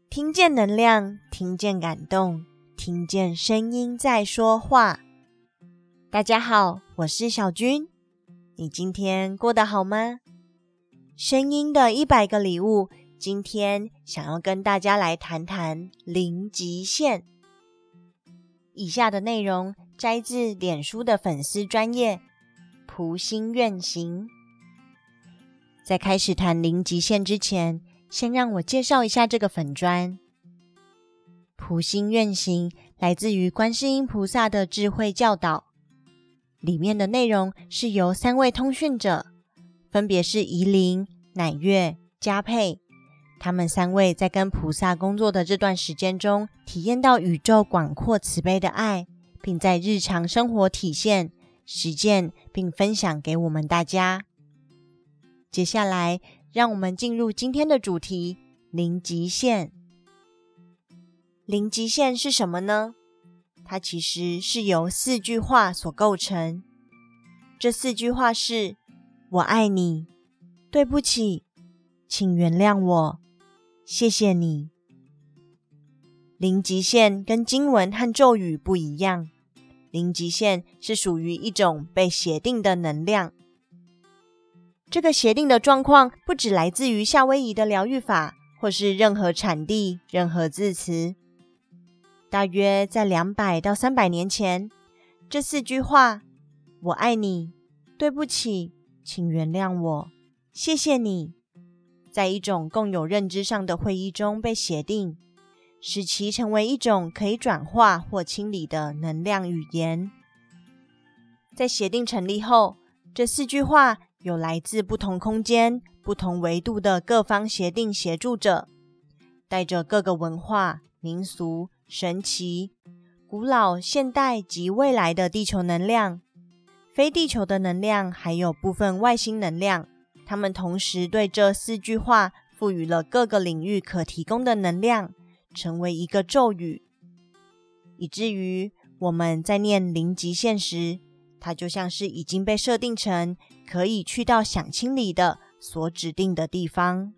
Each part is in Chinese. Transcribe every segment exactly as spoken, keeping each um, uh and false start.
听见能量，听见感动，听见声音在说话。大家好，我是小君，你今天过得好吗？声音的一百个礼物，今天想要跟大家来谈谈零极限。以下的内容摘自脸书的粉丝专页菩心愿行。在开始谈零极限之前，先让我介绍一下这个粉专。菩心愿行来自于观世音菩萨的智慧教导，里面的内容是由三位通讯者，分别是夷陵、乃月、嘉佩，他们三位在跟菩萨工作的这段时间中，体验到宇宙广阔慈悲的爱，并在日常生活体现、实践并分享给我们大家。接下来让我们进入今天的主题，零极限。零极限是什么呢？它其实是由四句话所构成。这四句话是：我爱你，对不起，请原谅我，谢谢你。零极限跟经文和咒语不一样，零极限是属于一种被协定的能量。这个协定的状况不只来自于夏威夷的疗愈法，或是任何产地、任何字词。大约在两百到三百年前，这四句话，我爱你，对不起，请原谅我，谢谢你，在一种共有认知上的会议中被协定，使其成为一种可以转化或清理的能量语言。在协定成立后，这四句话有来自不同空间、不同维度的各方协定协助者，带着各个文化、民俗、神奇、古老、现代及未来的地球能量、非地球的能量，还有部分外星能量，他们同时对这四句话赋予了各个领域可提供的能量，成为一个咒语，以至于我们在念零极限时，它就像是已经被设定成可以去到想清理的所指定的地方。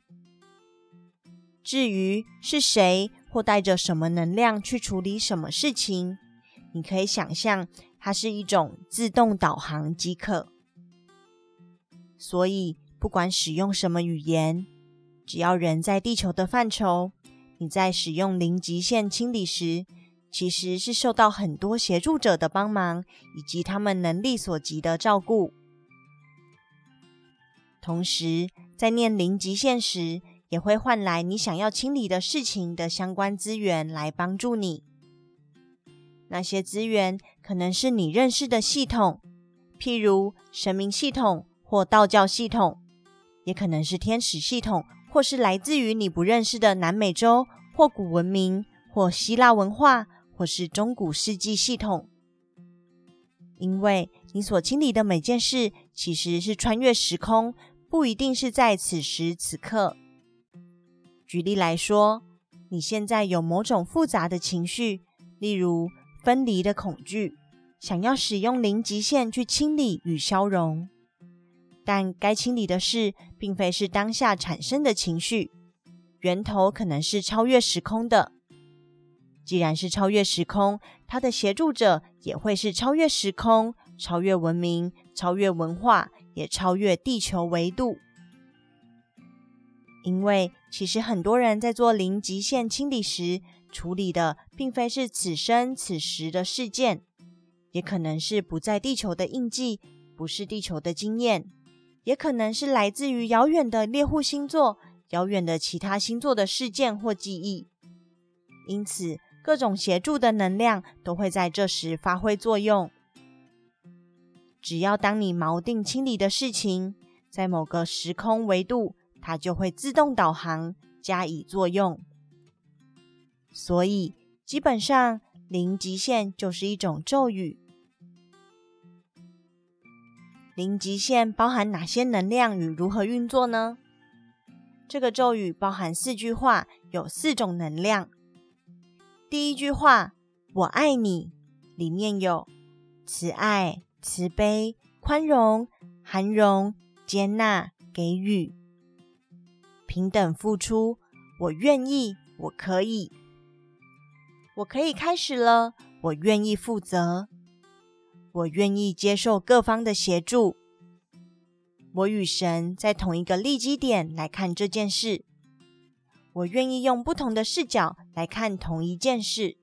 至于是谁或带着什么能量去处理什么事情，你可以想象它是一种自动导航即可。所以不管使用什么语言，只要人在地球的范畴，你在使用零极限清理时，其实是受到很多协助者的帮忙，以及他们能力所及的照顾。同时，在念零极限时，也会换来你想要清理的事情的相关资源来帮助你。那些资源可能是你认识的系统，譬如神明系统或道教系统，也可能是天使系统，或是来自于你不认识的南美洲或古文明或希腊文化，或是中古世纪系统。因为你所清理的每件事其实是穿越时空，不一定是在此时此刻。举例来说，你现在有某种复杂的情绪，例如分离的恐惧，想要使用零极限去清理与消融。但该清理的事并非是当下产生的情绪，源头可能是超越时空的。既然是超越时空，它的协助者也会是超越时空、超越文明、超越文化，也超越地球维度。因为其实很多人在做零极限清理时，处理的并非是此生此时的事件，也可能是不在地球的印记，不是地球的经验，也可能是来自于遥远的猎户星座、遥远的其他星座的事件或记忆。因此各种协助的能量都会在这时发挥作用。只要当你锚定清理的事情，在某个时空维度，它就会自动导航，加以作用。所以基本上零极限就是一种咒语。零极限包含哪些能量与如何运作呢？这个咒语包含四句话，有四种能量。第一句话，我爱你，里面有慈爱、慈悲、宽容、涵容、接纳、给予。平等付出，我愿意， 我可以。我可以开始了，我愿意负责。我愿意接受各方的协助。我与神在同一个立基点来看这件事。我愿意用不同的视角来看同一件事。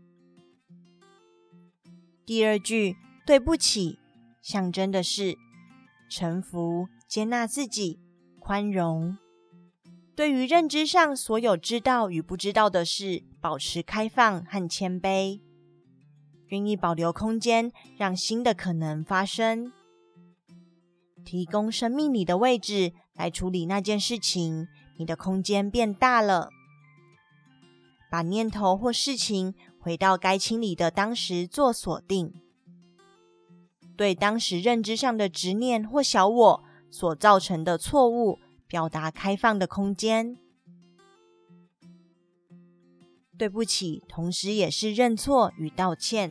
第二句，对不起，象征的是臣服、接纳自己、宽容。对于认知上所有知道与不知道的事，保持开放和谦卑，愿意保留空间，让新的可能发生。提供生命里的位置来处理那件事情，你的空间变大了。把念头或事情回到该清理的当时做锁定。对当时认知上的执念或小我所造成的错误，表达开放的空间。对不起，同时也是认错与道歉。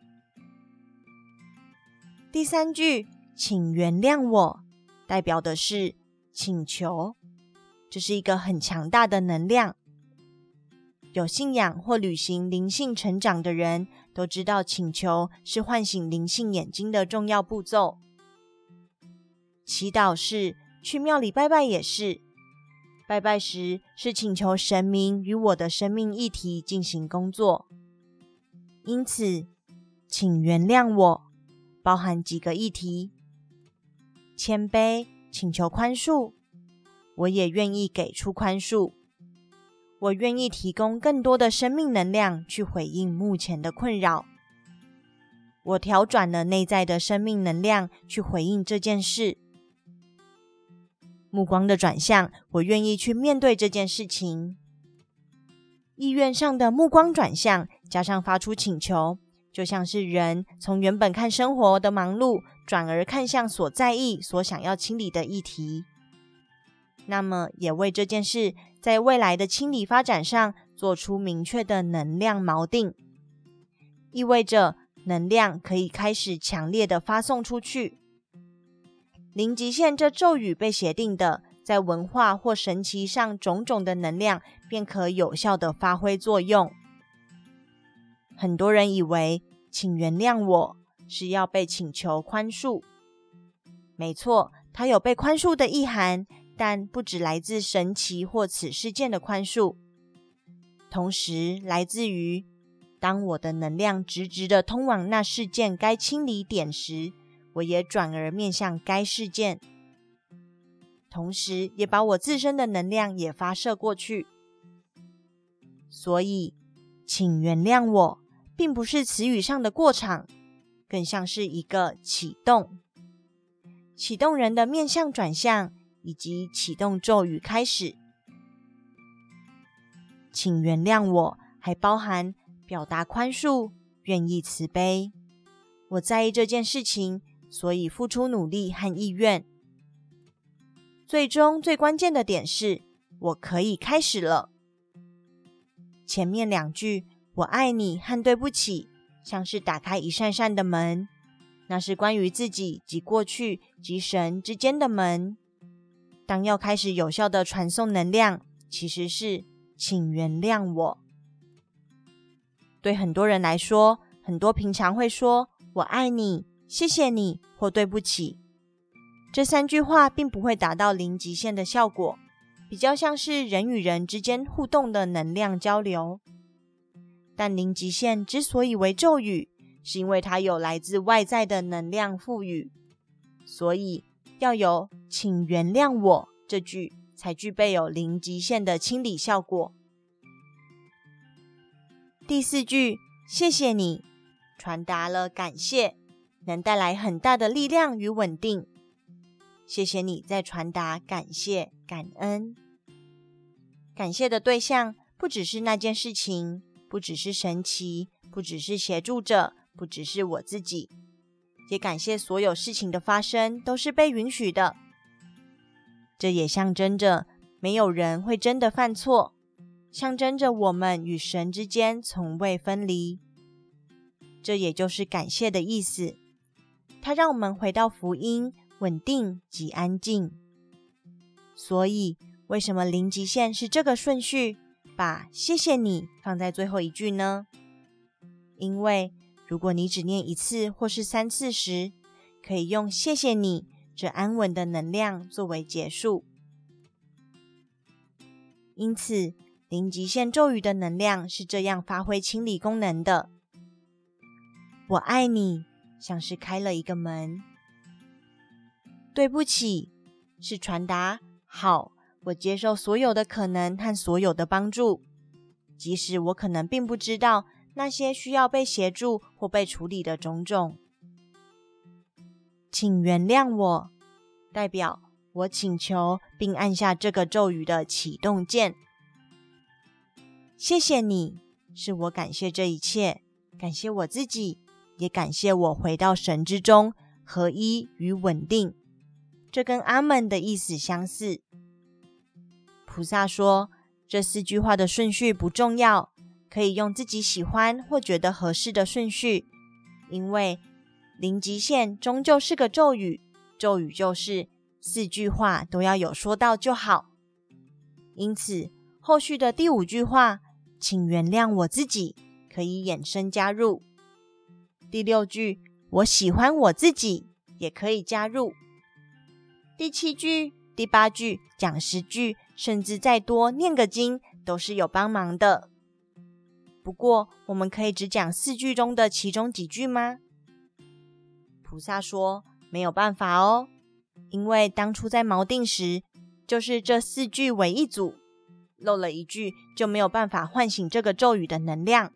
第三句，请原谅我，代表的是请求，这是一个很强大的能量。有信仰或履行灵性成长的人都知道，请求是唤醒灵性眼睛的重要步骤。祈祷是，去庙里拜拜也是。拜拜时是请求神明与我的生命议题进行工作。因此，请原谅我，包含几个议题：谦卑，请求宽恕，我也愿意给出宽恕。我愿意提供更多的生命能量去回应目前的困扰。我调转了内在的生命能量去回应这件事。目光的转向，我愿意去面对这件事情。意愿上的目光转向，加上发出请求，就像是人从原本看生活的忙碌，转而看向所在意、所想要清理的议题。那么也为这件事在未来的清理发展上做出明确的能量锚定，意味着能量可以开始强烈的发送出去。零极限这咒语被写定的，在文化或神奇上种种的能量便可有效的发挥作用。很多人以为请原谅我是要被请求宽恕，没错，它有被宽恕的意涵，但不只来自神奇或此事件的宽恕，同时来自于当我的能量直直的通往那事件该清理点时，我也转而面向该事件，同时也把我自身的能量也发射过去。所以请原谅我并不是词语上的过场，更像是一个启动启动人的面向转向，以及启动咒语开始。请原谅我还包含表达宽恕，愿意慈悲。我在意这件事情，所以付出努力和意愿。最终最关键的点是，我可以开始了。前面两句我爱你和对不起，像是打开一扇扇的门，那是关于自己及过去及神之间的门。当要开始有效的传送能量，其实是请原谅我。对很多人来说，很多平常会说我爱你、谢谢你或对不起，这三句话并不会达到零极限的效果，比较像是人与人之间互动的能量交流。但零极限之所以为咒语，是因为它有来自外在的能量赋予，所以要有请原谅我这句才具备有零极限的清理效果。第四句谢谢你，传达了感谢，能带来很大的力量与稳定。谢谢你在传达感谢、感恩。感谢的对象不只是那件事情，不只是神奇，不只是协助者，不只是我自己，也感谢所有事情的发生都是被允许的。这也象征着没有人会真的犯错，象征着我们与神之间从未分离。这也就是感谢的意思，它让我们回到福音、稳定及安静。所以为什么零极限是这个顺序？ 把谢谢你放在最后一句呢？因为如果你只念一次或是三次时，可以用谢谢你这安稳的能量作为结束。因此零极限咒语的能量是这样发挥清理功能的。我爱你像是开了一个门，对不起是传达好，我接受所有的可能和所有的帮助，即使我可能并不知道那些需要被协助或被处理的种种。请原谅我，代表我请求并按下这个咒语的启动键。谢谢你，是我感谢这一切，感谢我自己，也感谢我回到神之中，合一与稳定。这跟阿们的意思相似。菩萨说，这四句话的顺序不重要，可以用自己喜欢或觉得合适的顺序，因为零极限终究是个咒语，咒语就是四句话都要有说到就好。因此后续的第五句话，请原谅我自己，可以衍生加入。第六句，我喜欢我自己，也可以加入。第七句、第八句、讲十句，甚至再多念个经，都是有帮忙的。不过我们可以只讲四句中的其中几句吗？菩萨说没有办法哦，因为当初在锚定时，就是这四句为一组，漏了一句就没有办法唤醒这个咒语的能量。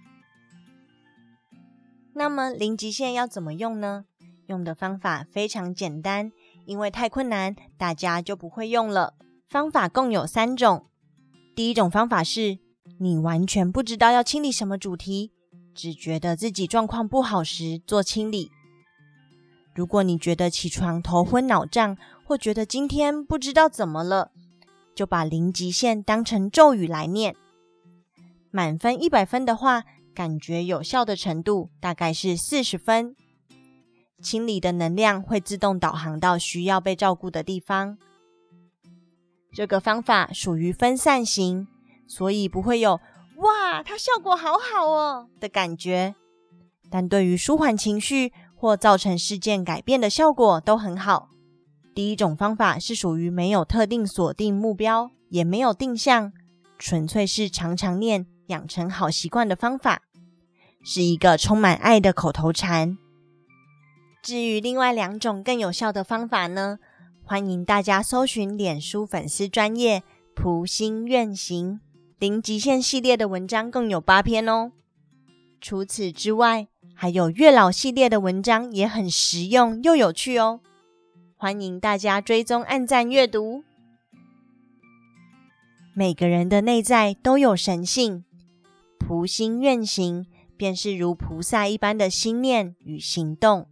那么零极限要怎么用呢？用的方法非常简单，因为太困难，大家就不会用了。方法共有三种。第一种方法是，你完全不知道要清理什么主题，只觉得自己状况不好时做清理。如果你觉得起床头昏脑胀，或觉得今天不知道怎么了，就把零极限当成咒语来念。满分一百分的话，感觉有效的程度大概是四十分。清理的能量会自动导航到需要被照顾的地方。这个方法属于分散型，所以不会有哇，它效果好好哦的感觉，但对于舒缓情绪或造成事件改变的效果都很好。第一种方法是属于没有特定锁定目标，也没有定向，纯粹是常常念养成好习惯的方法，是一个充满爱的口头禅。至于另外两种更有效的方法呢，欢迎大家搜寻脸书粉丝专页菩心愿行，零极限系列的文章共有八篇哦。除此之外，还有月老系列的文章也很实用又有趣哦，欢迎大家追踪按赞阅读。每个人的内在都有神性，菩心愿行便是如菩萨一般的心念与行动。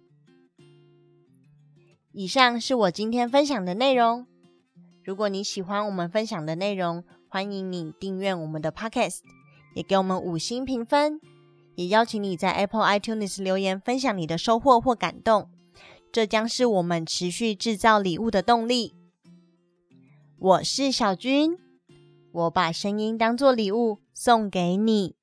以上是我今天分享的内容。如果你喜欢我们分享的内容，欢迎你订阅我们的 Podcast， 也给我们五星评分，也邀请你在 Apple iTunes 留言分享你的收获或感动，这将是我们持续制造礼物的动力。我是小君，我把声音当作礼物送给你。